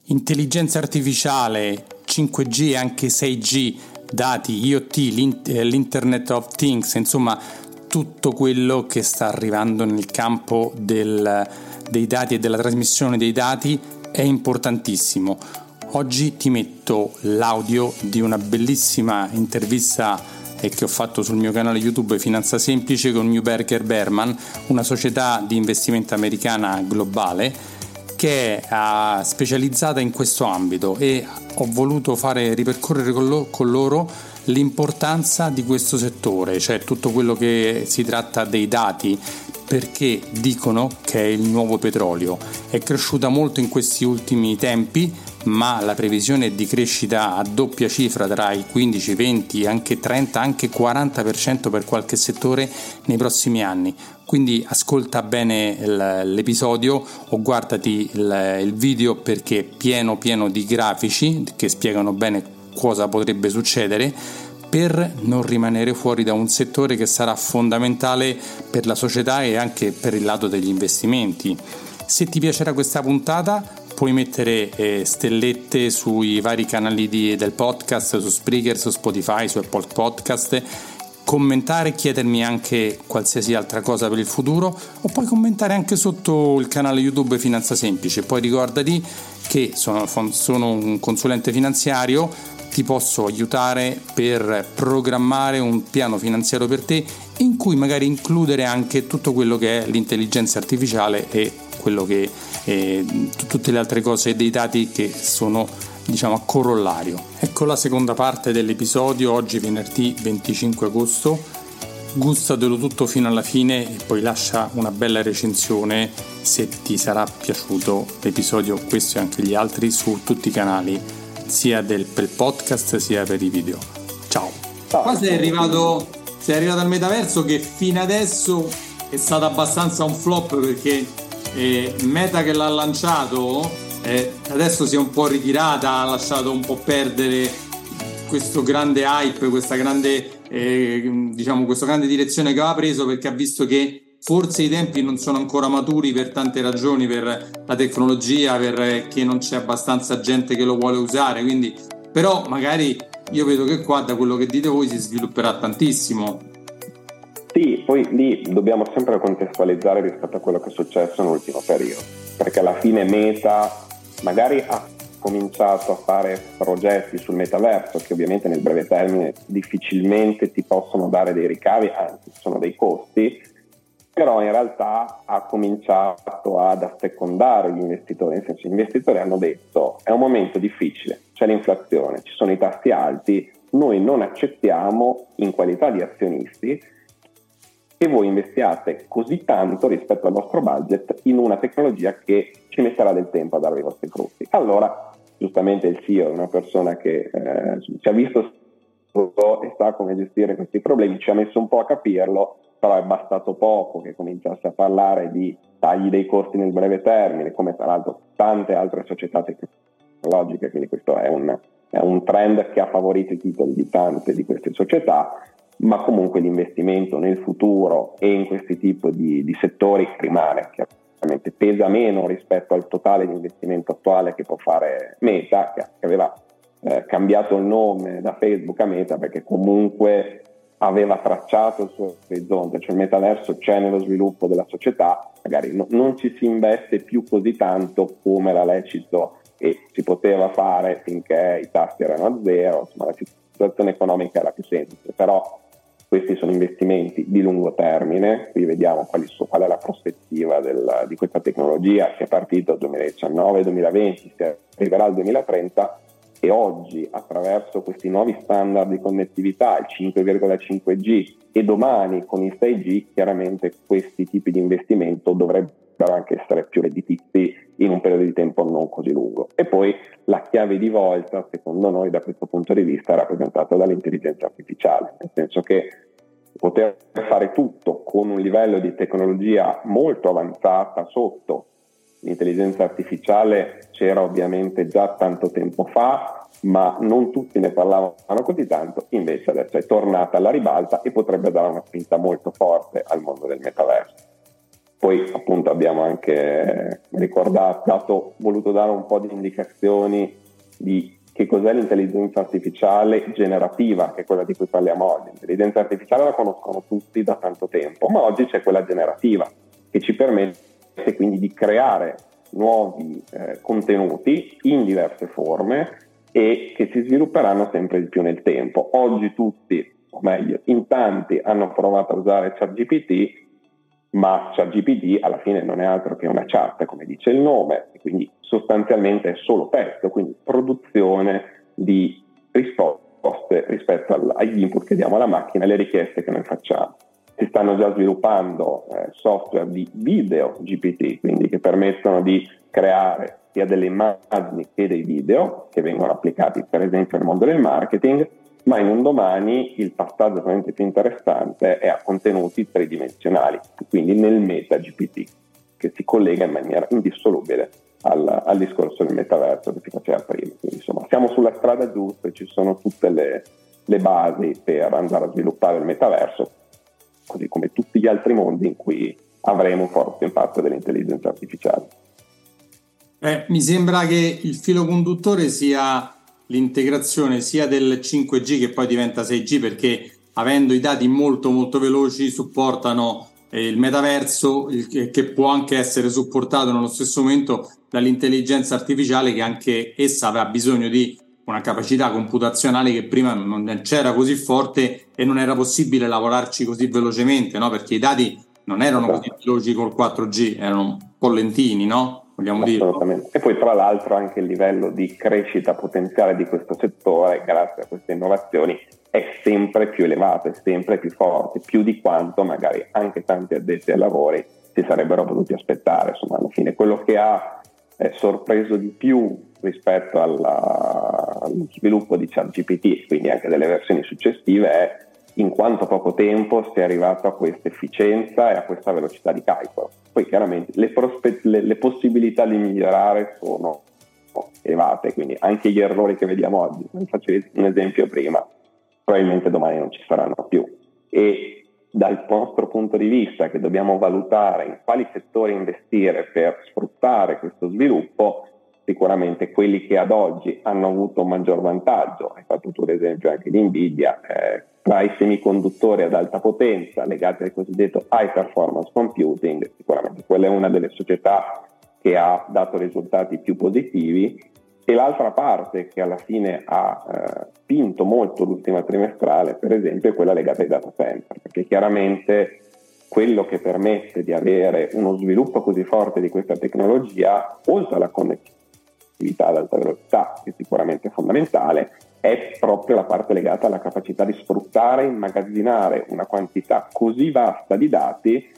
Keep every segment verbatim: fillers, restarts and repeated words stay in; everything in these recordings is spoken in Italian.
Intelligenza artificiale, cinque G e anche sei G, dati, I O T, l'Internet of Things, insomma tutto quello che sta arrivando nel campo del, dei dati e della trasmissione dei dati è importantissimo. Oggi ti metto l'audio di una bellissima intervista che ho fatto sul mio canale YouTube Finanza Semplice con Neuberger Berman, una società di investimento americana globale che è uh, specializzata in questo ambito, e ho voluto fare ripercorrere con, lo, con loro l'importanza di questo settore, cioè tutto quello che si tratta dei dati, perché dicono che è il nuovo petrolio. È cresciuta molto in questi ultimi tempi, ma la previsione è di crescita a doppia cifra tra il quindici, venti, anche trenta, anche quaranta per cento per qualche settore nei prossimi anni. Quindi ascolta bene l'episodio o guardati il, il video, perché è pieno pieno di grafici che spiegano bene cosa potrebbe succedere, per non rimanere fuori da un settore che sarà fondamentale per la società e anche per il lato degli investimenti. Se ti piacerà questa puntata, puoi mettere eh, stellette sui vari canali di, del podcast, su Spreaker, su Spotify, su Apple Podcast, commentare e chiedermi anche qualsiasi altra cosa per il futuro, o puoi commentare anche sotto il canale YouTube Finanza Semplice. Poi ricordati che sono, sono un consulente finanziario, ti posso aiutare per programmare un piano finanziario per te, in cui magari includere anche tutto quello che è l'intelligenza artificiale e quello che eh, t- tutte le altre cose dei dati che sono, diciamo, a corollario. Ecco la seconda parte dell'episodio. Oggi venerdì venticinque agosto. Gustatelo tutto fino alla fine e poi lascia una bella recensione se ti sarà piaciuto l'episodio, questo e anche gli altri, su tutti i canali, sia del, per il podcast sia per i video. Ciao. Qua sei arrivato, sei arrivato al metaverso, che fino adesso è stato abbastanza un flop, perché eh, Meta, che l'ha lanciato, eh, adesso si è un po' ritirata, ha lasciato un po' perdere questo grande hype, questa grande eh, diciamo questa grande direzione che aveva preso, perché ha visto che forse i tempi non sono ancora maturi per tante ragioni, per la tecnologia, perché non c'è abbastanza gente che lo vuole usare. Quindi, però magari io vedo che qua, da quello che dite voi, si svilupperà tantissimo. Sì, poi lì dobbiamo sempre contestualizzare rispetto a quello che è successo nell'ultimo periodo, perché alla fine Meta magari ha cominciato a fare progetti sul metaverso che ovviamente nel breve termine difficilmente ti possono dare dei ricavi, anzi sono dei costi, però in realtà ha cominciato ad assecondare gli investitori, nel senso, gli investitori hanno detto: è un momento difficile, c'è l'inflazione, ci sono i tassi alti, noi non accettiamo in qualità di azionisti che voi investiate così tanto rispetto al vostro budget in una tecnologia che ci metterà del tempo a darvi i vostri frutti. Allora, giustamente il C E O è una persona che eh, ci ha visto e sa come gestire questi problemi, ci ha messo un po' a capirlo, però è bastato poco che cominciasse a parlare di tagli dei costi nel breve termine, come tra l'altro tante altre società tecnologiche, quindi questo è un, è un trend che ha favorito i titoli di tante di queste società, ma comunque l'investimento nel futuro e in questi tipi di, di settori rimane, chiaramente pesa meno rispetto al totale di investimento attuale che può fare Meta, che aveva eh, cambiato il nome da Facebook a Meta perché comunque aveva tracciato il suo orizzonte, cioè il metaverso c'è nello sviluppo della società, magari no, non ci si investe più così tanto come era lecito e si poteva fare finché i tassi erano a zero, insomma la situazione economica era più semplice, però questi sono investimenti di lungo termine. Qui vediamo quali so, qual è la prospettiva del, di questa tecnologia, che è partita nel duemiladiciannove duemilaventi, si arriverà al duemilatrenta, e oggi attraverso questi nuovi standard di connettività, il cinque virgola cinque G, e domani con il sei G, chiaramente questi tipi di investimento dovrebbero anche essere più redditizi in un periodo di tempo non così lungo. E poi la chiave di volta, secondo noi, da questo punto di vista è rappresentata dall'intelligenza artificiale, nel senso che poter fare tutto con un livello di tecnologia molto avanzata sotto l'intelligenza artificiale c'era ovviamente già tanto tempo fa, ma non tutti ne parlavano così tanto, invece adesso è tornata alla ribalta e potrebbe dare una spinta molto forte al mondo del metaverso. Poi appunto abbiamo anche ricordato, dato, voluto dare un po' di indicazioni di che cos'è l'intelligenza artificiale generativa, che è quella di cui parliamo oggi. L'intelligenza artificiale la conoscono tutti da tanto tempo, ma oggi c'è quella generativa che ci permette quindi di creare nuovi eh, contenuti in diverse forme e che si svilupperanno sempre di più nel tempo. Oggi tutti, o meglio, in tanti hanno provato a usare ChatGPT, ma ChatGPT alla fine non è altro che una chat, come dice il nome, e quindi sostanzialmente è solo testo, quindi produzione di risposte rispetto al, agli input che diamo alla macchina e alle richieste che noi facciamo. Si stanno già sviluppando eh, software di video G P T, quindi che permettono di creare sia delle immagini che dei video che vengono applicati per esempio nel mondo del marketing, ma in un domani il passaggio veramente più interessante è a contenuti tridimensionali, quindi nel meta G P T, che si collega in maniera indissolubile al, al discorso del metaverso che si faceva prima. Quindi insomma siamo sulla strada giusta e ci sono tutte le, le basi per andare a sviluppare il metaverso, così come tutti gli altri mondi in cui avremo un forte impatto dell'intelligenza artificiale. Eh, mi sembra che il filo conduttore sia l'integrazione sia del cinque G che poi diventa sei G, perché avendo i dati molto molto veloci supportano eh, il metaverso, il, che può anche essere supportato nello stesso momento dall'intelligenza artificiale, che anche essa avrà bisogno di una capacità computazionale che prima non c'era così forte e non era possibile lavorarci così velocemente, no? Perché i dati non erano così veloci col quattro G, erano un po' lentini, no? Vogliamo Assolutamente. Dire. E poi tra l'altro anche il livello di crescita potenziale di questo settore, grazie a queste innovazioni, è sempre più elevato, è sempre più forte, più di quanto magari anche tanti addetti ai lavori si sarebbero potuti aspettare. Insomma, alla fine quello che ha eh, sorpreso di più rispetto alla, allo sviluppo di ChatGPT, quindi anche delle versioni successive, è in quanto poco tempo si è arrivato a questa efficienza e a questa velocità di calcolo. Poi chiaramente le, prospe- le, le possibilità di migliorare sono elevate, quindi anche gli errori che vediamo oggi, vi faccio un esempio prima, probabilmente domani non ci saranno più. E dal nostro punto di vista, che dobbiamo valutare in quali settori investire per sfruttare questo sviluppo, sicuramente quelli che ad oggi hanno avuto un maggior vantaggio, hai fatto tu l'esempio anche di Nvidia, eh, tra i semiconduttori ad alta potenza legati al cosiddetto high performance computing, sicuramente quella è una delle società che ha dato risultati più positivi, e l'altra parte che alla fine ha eh, spinto molto l'ultima trimestrale, per esempio, è quella legata ai data center, perché chiaramente quello che permette di avere uno sviluppo così forte di questa tecnologia, oltre alla connettività ad alta velocità, che sicuramente è fondamentale, è proprio la parte legata alla capacità di sfruttare e immagazzinare una quantità così vasta di dati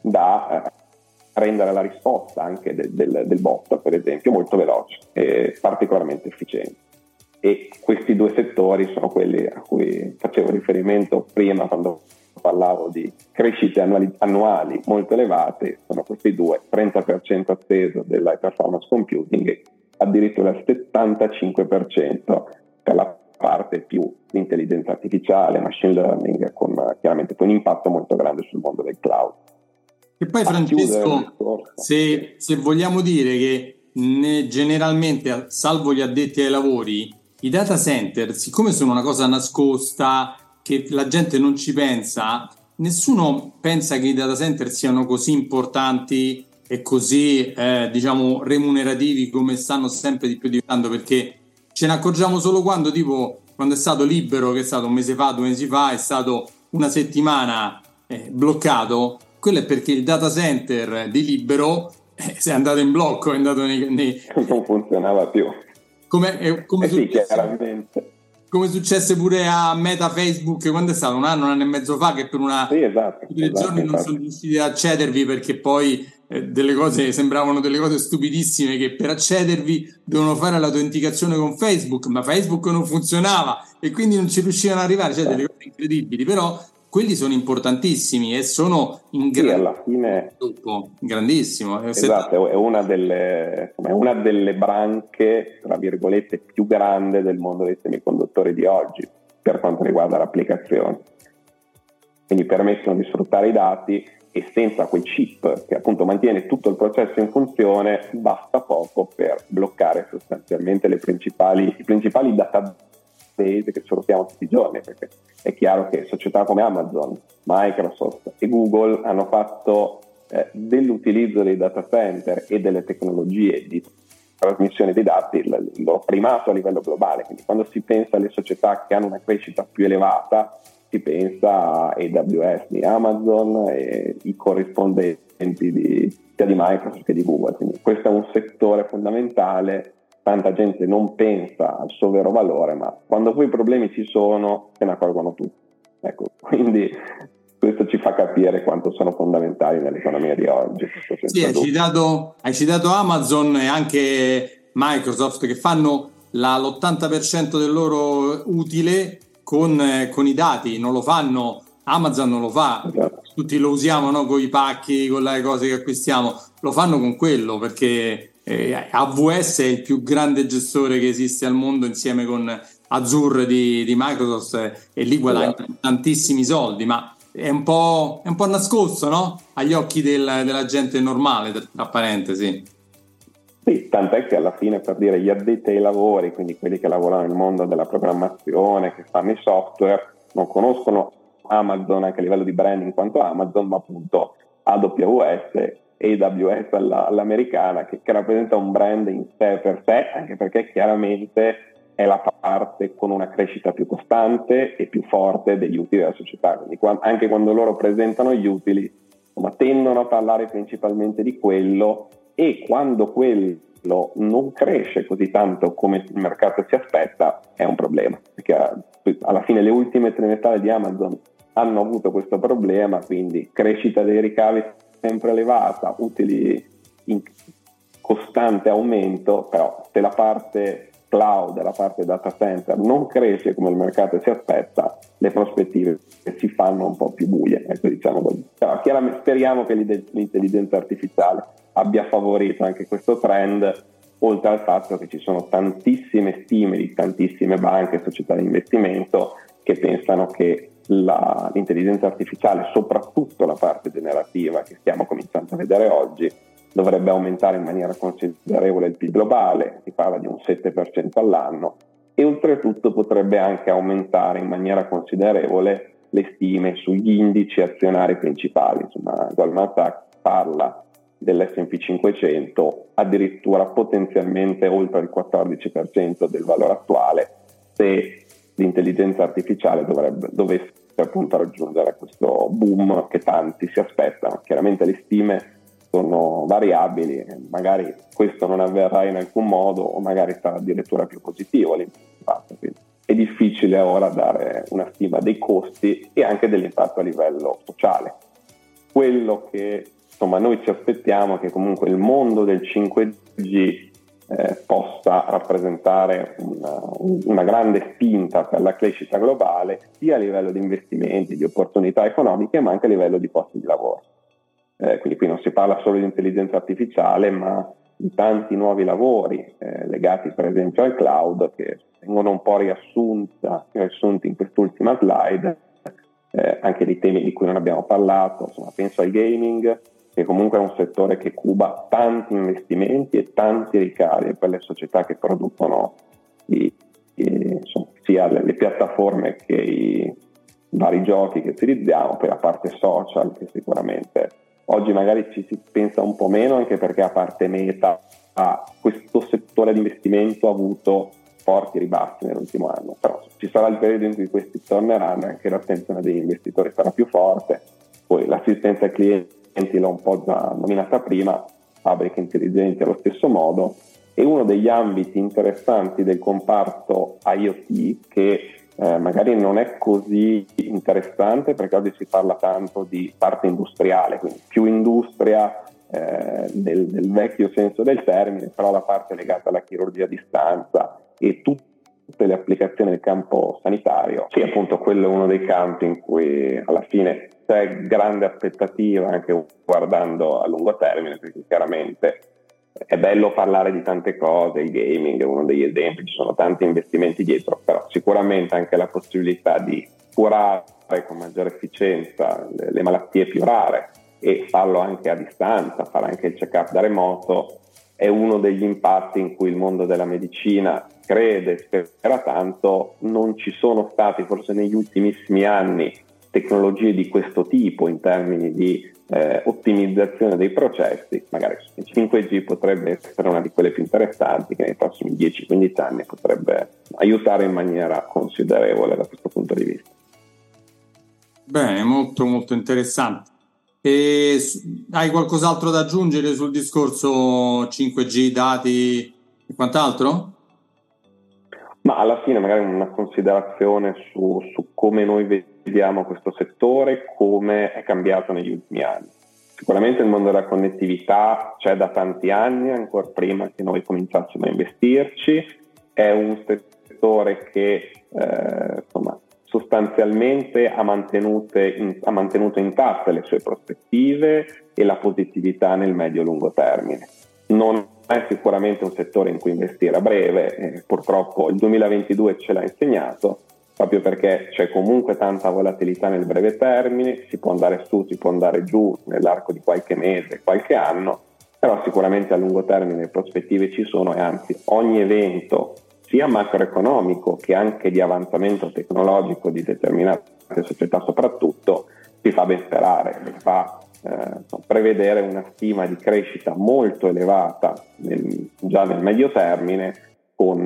da eh, rendere la risposta anche del, del, del bot, per esempio, molto veloce e particolarmente efficiente. E questi due settori sono quelli a cui facevo riferimento prima quando parlavo di crescite annuali, annuali molto elevate. Sono questi due, trenta per cento atteso dell'high performance computing e addirittura il settantacinque per cento per la parte più di intelligenza artificiale, machine learning, con chiaramente un impatto molto grande sul mondo del cloud. E poi Francesco, se, se vogliamo dire che ne, generalmente, salvo gli addetti ai lavori, i data center, siccome sono una cosa nascosta, che la gente non ci pensa, nessuno pensa che i data center siano così importanti e così eh, diciamo remunerativi come stanno sempre di più diventando, perché ce ne accorgiamo solo quando, tipo, quando è stato libero, che è stato un mese fa, due mesi fa, è stato una settimana eh, bloccato. Quello è perché il data center di Libero eh, è andato in blocco, è andato nei, nei... non funzionava più. Come, eh, come, eh sì, successe, chiaramente. come successe pure a Meta Facebook, quando è stato un anno, un anno e mezzo fa, che per una sì, esatto, tre esatto, giorni non infatti. sono riusciti ad accedervi perché poi eh, delle cose sembravano delle cose stupidissime, che per accedervi devono fare l'autenticazione con Facebook, ma Facebook non funzionava e quindi non ci riuscivano ad arrivare, cioè delle cose incredibili, però quelli sono importantissimi e sono in sì, gran... alla fine gruppo grandissimo. Esatto, è una delle, è una delle branche, tra virgolette, più grande del mondo dei semiconduttori di oggi per quanto riguarda l'applicazione. quindi permettono di sfruttare i dati, e senza quel chip che appunto mantiene tutto il processo in funzione basta poco per bloccare sostanzialmente le principali, i principali database che sfruttiamo tutti i giorni, perché è chiaro che società come Amazon, Microsoft e Google hanno fatto eh, dell'utilizzo dei data center e delle tecnologie di trasmissione dei dati il, il loro primato a livello globale. Quindi quando si pensa alle società che hanno una crescita più elevata, si pensa a A W S di Amazon e i corrispondenti di, sia di Microsoft che di Google. Quindi questo è un settore fondamentale, tanta gente non pensa al suo vero valore, ma quando poi i problemi ci sono se ne accorgono tutti. Ecco, quindi questo ci fa capire quanto sono fondamentali nell'economia di oggi. Sì, hai citato, hai citato Amazon e anche Microsoft, che fanno la, l'ottanta per cento del loro utile con, eh, con i dati. Non lo fanno, Amazon non lo fa, esatto. Tutti lo usiamo, no? Con i pacchi, con le cose che acquistiamo, lo fanno con quello, perché eh, A W S è il più grande gestore che esiste al mondo insieme con Azure di, di Microsoft, eh, e lì guadagna esatto. tantissimi soldi, ma è un po', è un po' nascosto, no? Agli occhi del, della gente normale, tra parentesi. Sì, tant'è che alla fine, per dire, gli addetti ai lavori, quindi quelli che lavorano nel mondo della programmazione, che fanno i software, non conoscono Amazon anche a livello di brand in quanto Amazon, ma appunto A W S e A W S alla, all'americana, che, che rappresenta un brand in sé per sé, anche perché chiaramente è la parte con una crescita più costante e più forte degli utili della società. Quindi quando, anche quando loro presentano gli utili, insomma, tendono a parlare principalmente di quello, e quando quello non cresce così tanto come il mercato si aspetta è un problema, perché alla fine le ultime trimestrali di Amazon hanno avuto questo problema, quindi crescita dei ricavi sempre elevata, utili in costante aumento, però se la parte cloud e la parte data center non cresce come il mercato si aspetta, le prospettive si fanno un po' più buie, ecco, diciamo così. Però chiaramente speriamo che l'intelligenza artificiale abbia favorito anche questo trend, oltre al fatto che ci sono tantissime stime di tantissime banche e società di investimento che pensano che la, l'intelligenza artificiale, soprattutto la parte generativa che stiamo cominciando a vedere oggi, dovrebbe aumentare in maniera considerevole il P I L globale, si parla di un sette per cento all'anno, e oltretutto potrebbe anche aumentare in maniera considerevole le stime sugli indici azionari principali. Insomma, Goldman Sachs parla dell'esse and pi cinquecento addirittura potenzialmente oltre il quattordici per cento del valore attuale, se l'intelligenza artificiale dovrebbe, dovesse appunto raggiungere questo boom che tanti si aspettano. Chiaramente le stime sono variabili, magari questo non avverrà in alcun modo o magari sarà addirittura più positivo l'impatto, quindi è difficile ora dare una stima dei costi e anche dell'impatto a livello sociale. Quello che insomma noi ci aspettiamo è che comunque il mondo del cinque G eh, possa rappresentare una, una grande spinta per la crescita globale, sia a livello di investimenti, di opportunità economiche, ma anche a livello di posti di lavoro. Eh, quindi qui non si parla solo di intelligenza artificiale, ma di tanti nuovi lavori eh, legati per esempio al cloud, che vengono un po' riassunta, riassunti in quest'ultima slide, eh, anche dei temi di cui non abbiamo parlato. Insomma, penso al gaming, che comunque è un settore che cuba tanti investimenti e tanti ricavi per le società che producono i, i, insomma, sia le, le piattaforme che i vari giochi che utilizziamo, poi la parte social che sicuramente oggi magari ci si pensa un po' meno, anche perché a parte Meta a questo settore di investimento ha avuto forti ribassi nell'ultimo anno, però ci sarà il periodo in cui questi torneranno e anche l'attenzione degli investitori sarà più forte. Poi l'assistenza ai clienti l'ho un po' già nominata prima, fabbriche intelligenti allo stesso modo, e uno degli ambiti interessanti del comparto IoT che eh, magari non è così interessante, perché oggi si parla tanto di parte industriale, quindi più industria eh, del, del vecchio senso del termine, però la parte legata alla chirurgia a distanza e tutte le applicazioni nel campo sanitario, sì, appunto quello è uno dei campi in cui alla fine c'è grande aspettativa anche guardando a lungo termine, perché chiaramente è bello parlare di tante cose, il gaming è uno degli esempi, ci sono tanti investimenti dietro, però sicuramente anche la possibilità di curare con maggiore efficienza le, le malattie più rare e farlo anche a distanza, fare anche il check-up da remoto, è uno degli impatti in cui il mondo della medicina crede, spera tanto. Non ci sono stati forse negli ultimissimi anni tecnologie di questo tipo in termini di eh, ottimizzazione dei processi. Magari il cinque G potrebbe essere una di quelle più interessanti che nei prossimi dieci quindici anni potrebbe aiutare in maniera considerevole da questo punto di vista. Bene, molto molto interessante. E hai qualcos'altro da aggiungere sul discorso cinque G, dati e quant'altro? Ma alla fine magari una considerazione su, su come noi vediamo questo settore, come è cambiato negli ultimi anni. Sicuramente il mondo della connettività c'è da tanti anni, ancora prima che noi cominciassimo a investirci. È un settore che eh, insomma, sostanzialmente ha, in, ha mantenuto intatte le sue prospettive e la positività nel medio-lungo termine. Non è sicuramente un settore in cui investire a breve, eh, purtroppo il duemilaventidue ce l'ha insegnato, proprio perché c'è comunque tanta volatilità nel breve termine, si può andare su, si può andare giù nell'arco di qualche mese, qualche anno, però sicuramente a lungo termine le prospettive ci sono e anzi ogni evento sia macroeconomico che anche di avanzamento tecnologico di determinate società soprattutto ti fa ben sperare, ti fa eh, prevedere una stima di crescita molto elevata nel, già nel medio termine, con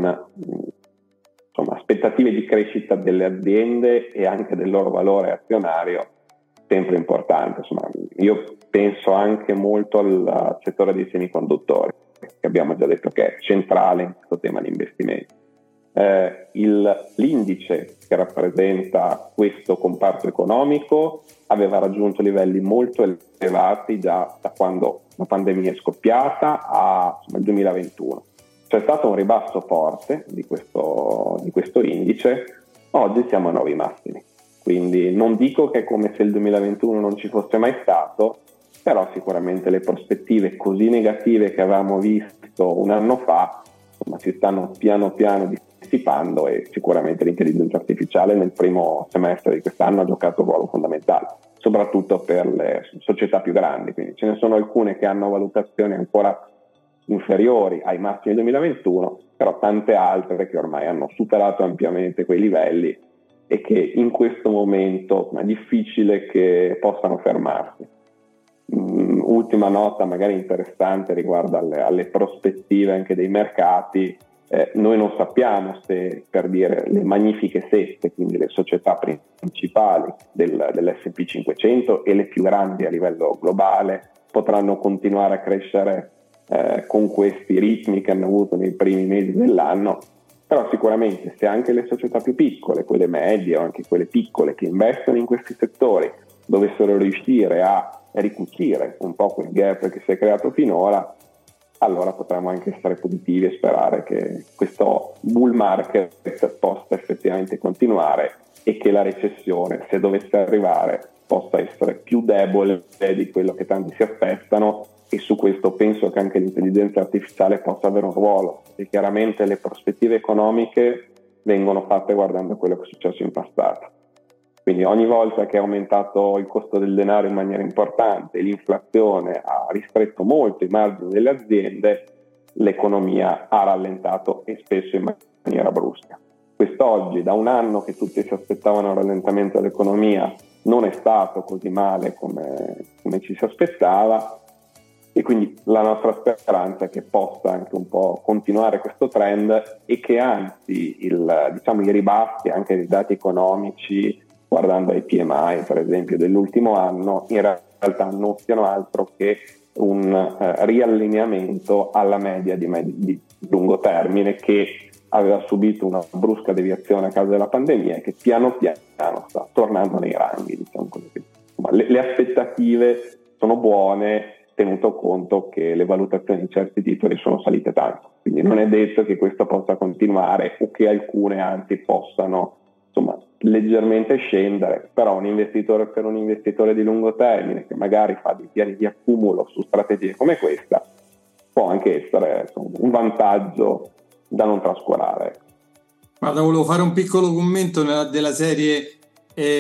insomma, aspettative di crescita delle aziende e anche del loro valore azionario sempre importante. Insomma, io penso anche molto al settore dei semiconduttori, che abbiamo già detto che è centrale in questo tema di investimenti. Eh, il, l'indice che rappresenta questo comparto economico aveva raggiunto livelli molto elevati già da quando la pandemia è scoppiata a insomma, il duemilaventuno. C'è stato un ribasso forte di questo, di questo indice, oggi siamo a nuovi massimi, quindi non dico che è come se il duemilaventuno non ci fosse mai stato, però sicuramente le prospettive così negative che avevamo visto un anno fa insomma, si stanno piano piano dissipando e sicuramente l'intelligenza artificiale nel primo semestre di quest'anno ha giocato un ruolo fondamentale, soprattutto per le società più grandi, quindi ce ne sono alcune che hanno valutazioni ancora inferiori ai massimi del duemilaventuno, però tante altre che ormai hanno superato ampiamente quei livelli e che in questo momento è difficile che possano fermarsi. Um, ultima nota magari interessante riguardo alle, alle prospettive anche dei mercati. Eh, noi non sappiamo se, per dire, le magnifiche sette, quindi le società principali del, dell'esse and pi cinquecento e le più grandi a livello globale, potranno continuare a crescere eh, con questi ritmi che hanno avuto nei primi mesi dell'anno, però sicuramente se anche le società più piccole, quelle medie o anche quelle piccole che investono in questi settori, dovessero riuscire a ricucire un po' quel gap che si è creato finora, allora potremmo anche essere positivi e sperare che questo bull market possa effettivamente continuare e che la recessione, se dovesse arrivare, possa essere più debole di quello che tanti si aspettano, e su questo penso che anche l'intelligenza artificiale possa avere un ruolo, e chiaramente le prospettive economiche vengono fatte guardando quello che è successo in passato. Quindi ogni volta che è aumentato il costo del denaro in maniera importante, l'inflazione ha ristretto molto i margini delle aziende, l'economia ha rallentato e spesso in maniera brusca. Quest'oggi, da un anno che tutti si aspettavano un rallentamento dell'economia, non è stato così male come, come ci si aspettava, e quindi la nostra speranza è che possa anche un po' continuare questo trend e che anzi il, diciamo, i ribassi anche dei dati economici, guardando ai P M I per esempio dell'ultimo anno, in realtà non siano altro che un eh, riallineamento alla media di, med- di lungo termine, che aveva subito una brusca deviazione a causa della pandemia e che piano piano sta tornando nei ranghi, diciamo così. Ma le, le aspettative sono buone, tenuto conto che le valutazioni di certi titoli sono salite tanto, quindi non è detto che questo possa continuare o che alcune anzi possano insomma leggermente scendere, però un investitore per un investitore di lungo termine che magari fa dei piani di accumulo su strategie come questa può anche essere insomma, un vantaggio da non trascurare. Guarda, volevo fare un piccolo commento nella, della serie eh,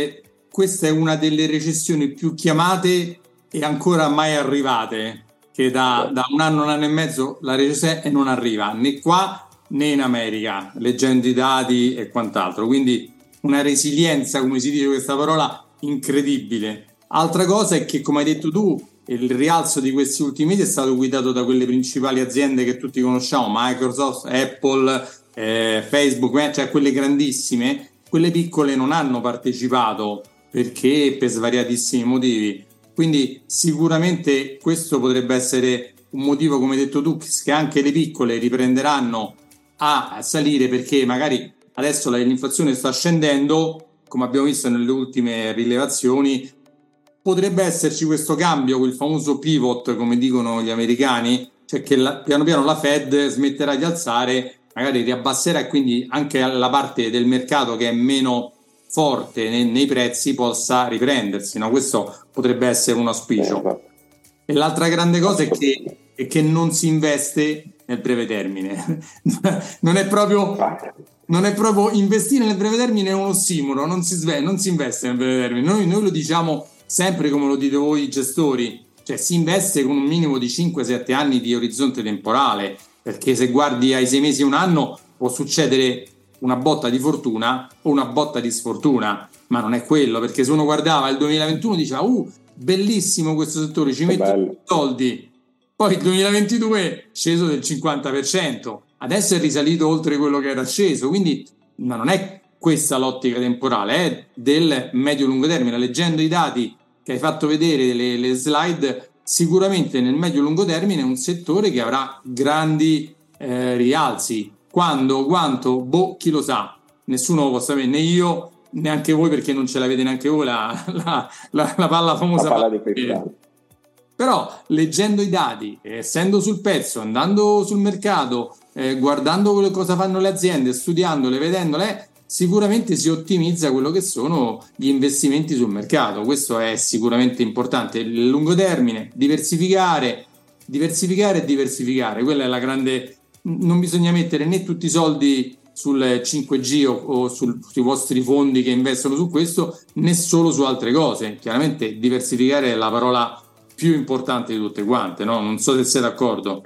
questa è una delle recessioni più chiamate e ancora mai arrivate, che da, da un anno, un anno e mezzo la recessione non arriva né qua né in America, leggendo i dati e quant'altro, quindi una resilienza, come si dice questa parola, incredibile. Altra cosa è che, come hai detto tu, il rialzo di questi ultimi mesi è stato guidato da quelle principali aziende che tutti conosciamo, Microsoft, Apple, eh, Facebook, cioè quelle grandissime. Quelle piccole non hanno partecipato perché per svariatissimi motivi, quindi sicuramente questo potrebbe essere un motivo, come hai detto tu, che anche le piccole riprenderanno a salire, perché magari adesso l'inflazione sta scendendo, come abbiamo visto nelle ultime rilevazioni. Potrebbe esserci questo cambio, quel famoso pivot, come dicono gli americani, cioè che la, piano piano la Fed smetterà di alzare, magari riabbasserà, e quindi anche la parte del mercato che è meno forte nei, nei prezzi possa riprendersi, no? Questo potrebbe essere un auspicio. E l'altra grande cosa è che, è che non si investe nel breve termine. non è proprio non è proprio investire nel breve termine, è un ossimoro, non si, sve- non si investe nel breve termine. Noi, noi lo diciamo sempre, come lo dite voi gestori, cioè si investe con un minimo di cinque sette anni di orizzonte temporale, perché se guardi ai sei mesi, un anno, può succedere una botta di fortuna o una botta di sfortuna, ma non è quello, perché se uno guardava il duemilaventuno diceva uh, bellissimo questo settore, ci metto soldi, poi il duemilaventidue è sceso del cinquanta per cento, adesso è risalito oltre quello che era sceso, quindi ma non è questa l'ottica temporale, è del medio-lungo termine. Leggendo i dati che hai fatto vedere, le, le slide, sicuramente nel medio-lungo termine è un settore che avrà grandi eh, rialzi. Quando, quanto, boh, chi lo sa, nessuno lo può sapere, né io, neanche voi, perché non ce l'avete neanche voi la, la, la, la palla famosa. La palla di cristallo. Però leggendo i dati, essendo sul pezzo, andando sul mercato, eh, guardando cosa fanno le aziende, studiandole, vedendole, sicuramente si ottimizza quello che sono gli investimenti sul mercato. Questo è sicuramente importante. Il lungo termine, diversificare, diversificare e diversificare. Quella è la grande. Non bisogna mettere né tutti i soldi sul cinque G o, o sul, sui vostri fondi che investono su questo, né solo su altre cose. Chiaramente diversificare è la parola più importante di tutte quante, no? Non so se sei d'accordo.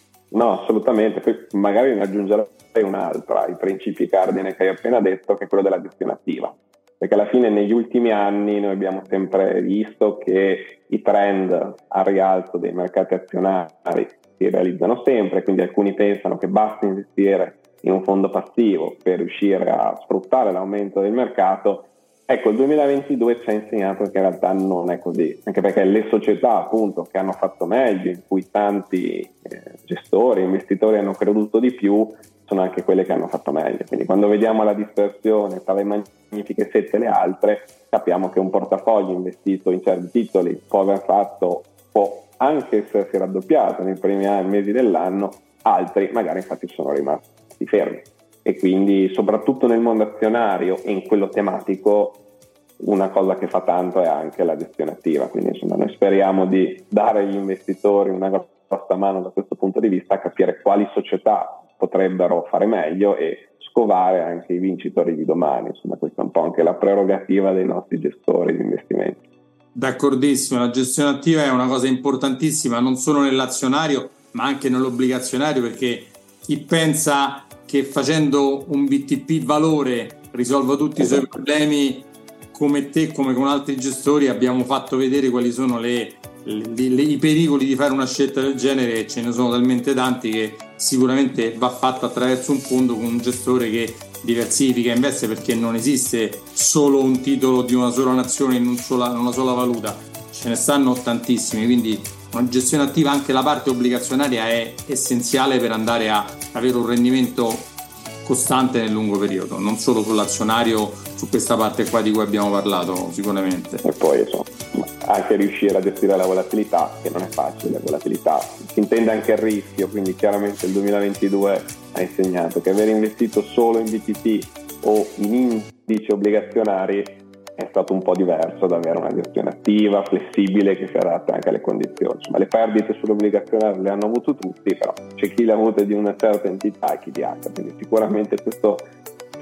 No, assolutamente. Poi magari ne aggiungerei un'altra, i principi cardine che hai appena detto, che è quello della gestione attiva. Perché alla fine negli ultimi anni noi abbiamo sempre visto che i trend a rialzo dei mercati azionari si realizzano sempre, quindi alcuni pensano che basti investire in un fondo passivo per riuscire a sfruttare l'aumento del mercato. Ecco, il duemilaventidue ci ha insegnato che in realtà non è così, anche perché le società appunto che hanno fatto meglio, in cui tanti eh, gestori, investitori hanno creduto di più, sono anche quelle che hanno fatto meglio. Quindi quando vediamo la dispersione tra le magnifiche sette e le altre, capiamo che un portafoglio investito in certi titoli può aver fatto, può anche essersi raddoppiato nei primi mesi dell'anno, altri magari infatti sono rimasti fermi. E quindi soprattutto nel mondo azionario e in quello tematico una cosa che fa tanto è anche la gestione attiva, quindi insomma noi speriamo di dare agli investitori una grossa mano da questo punto di vista a capire quali società potrebbero fare meglio e scovare anche i vincitori di domani. Insomma, questa è un po' anche la prerogativa dei nostri gestori di investimenti. D'accordissimo, la gestione attiva è una cosa importantissima non solo nell'azionario ma anche nell'obbligazionario, perché chi pensa che facendo un B T P valore risolva tutti esatto. i suoi problemi, come te, come con altri gestori, abbiamo fatto vedere quali sono le, le, le, i pericoli di fare una scelta del genere, e ce ne sono talmente tanti che sicuramente va fatto attraverso un fondo con un gestore che diversifica, investe, perché non esiste solo un titolo di una sola nazione in, un sola, in una sola valuta, ce ne stanno tantissimi, quindi una gestione attiva, anche la parte obbligazionaria, è essenziale per andare a avere un rendimento costante nel lungo periodo, non solo sull'azionario, su questa parte qua di cui abbiamo parlato sicuramente. E poi insomma, anche riuscire a gestire la volatilità, che non è facile, la volatilità si intende anche il rischio, quindi chiaramente il duemilaventidue ha insegnato che aver investito solo in B T P o in indici obbligazionari è stato un po' diverso da avere una gestione attiva, flessibile, che si adatta anche alle condizioni. Insomma, le perdite sull'obbligazionario le hanno avuto tutti, però c'è chi le ha avute di una certa entità e chi di altra, quindi sicuramente questo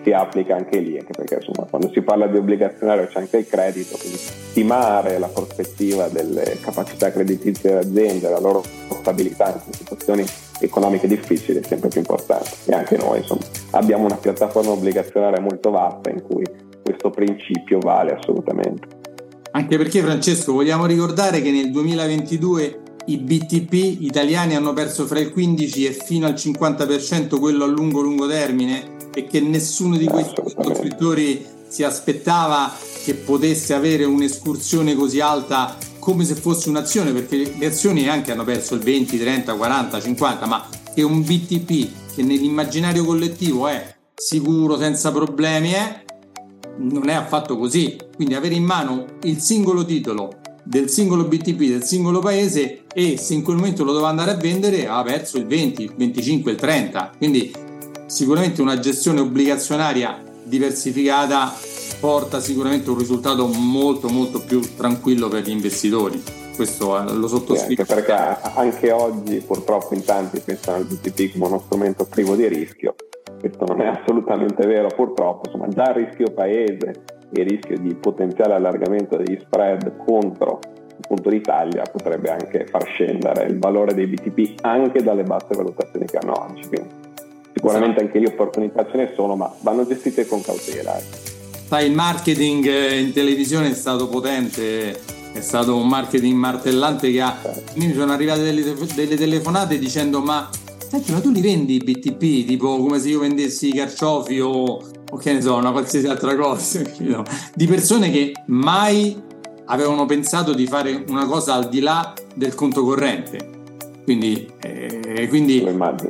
si applica anche lì, anche perché insomma quando si parla di obbligazionario c'è anche il credito, quindi stimare la prospettiva delle capacità creditizie delle aziende, la loro stabilità in situazioni economiche difficili è sempre più importante, e anche noi insomma abbiamo una piattaforma obbligazionaria molto vasta in cui questo principio vale assolutamente. Anche perché, Francesco, vogliamo ricordare che nel duemilaventidue i B T P italiani hanno perso fra il quindici e fino al cinquanta per cento quello a lungo lungo termine, e che nessuno di questi sottoscrittori si aspettava che potesse avere un'escursione così alta come se fosse un'azione, perché le azioni anche hanno perso il venti, trenta, quaranta, cinquanta, ma che un B T P che nell'immaginario collettivo è sicuro, senza problemi, è, non è affatto così. Quindi avere in mano il singolo titolo del singolo B T P del singolo paese, e se in quel momento lo doveva andare a vendere ha perso il venti, il venticinque, il trenta. Quindi sicuramente una gestione obbligazionaria diversificata porta sicuramente un risultato molto molto più tranquillo per gli investitori. Questo lo sottoscrivo. Sì, anche perché anche oggi purtroppo in tanti pensano al B T P come uno strumento privo di rischio. Questo non è assolutamente vero, purtroppo. Insomma, già il rischio paese e il rischio di potenziale allargamento degli spread contro il punto di taglia potrebbe anche far scendere il valore dei B T P anche dalle basse valutazioni che hanno oggi. Quindi sicuramente anche lì opportunità ce ne sono, ma vanno gestite con cautela. Sai, il marketing in televisione è stato potente, è stato un marketing martellante che ha... Mi sono arrivate delle, delle telefonate dicendo ma senti, ma tu li vendi i B T P, tipo come se io vendessi i carciofi o, o che ne so, una qualsiasi altra cosa, di persone che mai avevano pensato di fare una cosa al di là del conto corrente. Quindi, eh, quindi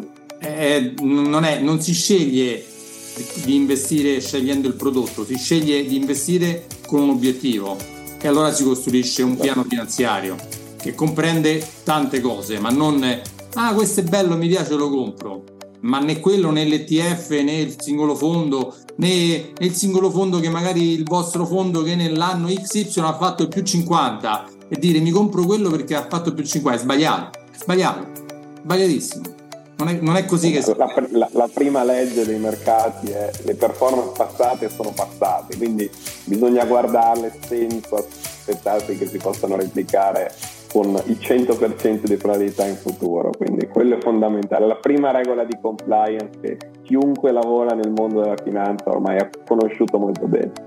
eh, non, è, non si sceglie di investire scegliendo il prodotto, si sceglie di investire con un obiettivo, e allora si costruisce un piano finanziario che comprende tante cose, ma non ah questo è bello, mi piace, lo compro, ma né quello, né l'E T F, né il singolo fondo, né, né il singolo fondo che magari il vostro fondo che nell'anno X Y ha fatto il più cinquanta, e dire mi compro quello perché ha fatto il più cinquanta. È sbagliato, è sbagliato, sbagliatissimo. Non è, non è così che la, la, la prima legge dei mercati è le performance passate sono passate, quindi bisogna guardarle senza aspettarsi che si possano replicare con il cento per cento di probabilità in futuro. Quindi quello è fondamentale, la prima regola di compliance che chiunque lavora nel mondo della finanza ormai ha conosciuto molto bene.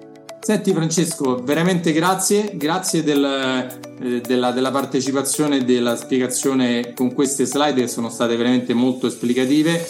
Senti Francesco, veramente grazie, grazie del, eh, della, della partecipazione e della spiegazione con queste slide che sono state veramente molto esplicative.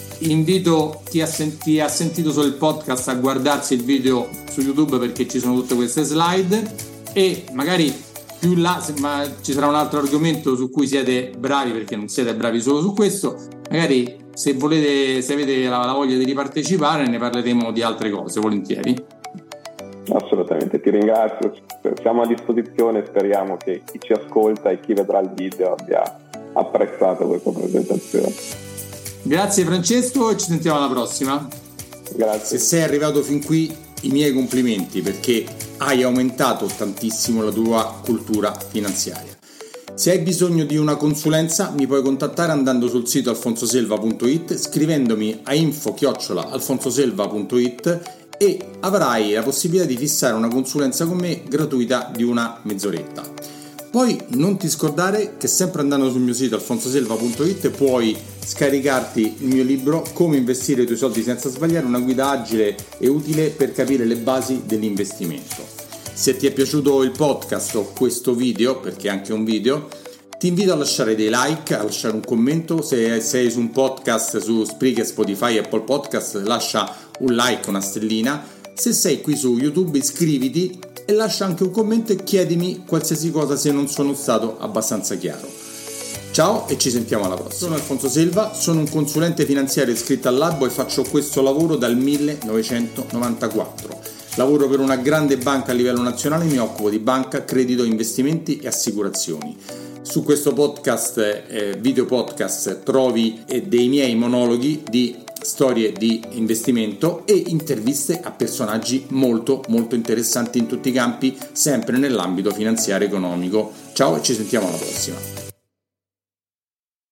Invito chi ha, sen- chi ha sentito solo il podcast a guardarsi il video su YouTube, perché ci sono tutte queste slide, e magari più là, ma ci sarà un altro argomento su cui siete bravi, perché non siete bravi solo su questo. Magari se volete, se avete la, la voglia di ripartecipare, ne parleremo di altre cose volentieri. Assolutamente, ti ringrazio, siamo a disposizione, speriamo che chi ci ascolta e chi vedrà il video abbia apprezzato questa presentazione. Grazie Francesco, e ci sentiamo alla prossima. Grazie. Se sei arrivato fin qui, i miei complimenti, perché hai aumentato tantissimo la tua cultura finanziaria. Se hai bisogno di una consulenza mi puoi contattare andando sul sito alfonsoselva punto it, scrivendomi a info chiocciola alfonsoselva punto it, e avrai la possibilità di fissare una consulenza con me gratuita di una mezz'oretta. Poi non ti scordare che sempre andando sul mio sito alfonsoselva punto it puoi scaricarti il mio libro Come investire i tuoi soldi senza sbagliare, una guida agile e utile per capire le basi dell'investimento. Se ti è piaciuto il podcast o questo video, perché è anche un video, ti invito a lasciare dei like, a lasciare un commento. Se sei su un podcast su Spreaker, Spotify, Apple Podcast, lascia un like, una stellina. Se sei qui su YouTube, iscriviti e lascia anche un commento e chiedimi qualsiasi cosa se non sono stato abbastanza chiaro. Ciao e ci sentiamo alla prossima. Sono Alfonso Selva, sono un consulente finanziario iscritto all'albo e faccio questo lavoro dal millenovecentonovantaquattro. Lavoro per una grande banca a livello nazionale, mi occupo di banca, credito, investimenti e assicurazioni. Su questo podcast, eh, video podcast, trovi eh, dei miei monologhi di storie di investimento e interviste a personaggi molto molto interessanti in tutti i campi, sempre nell'ambito finanziario economico. Ciao e ci sentiamo alla prossima.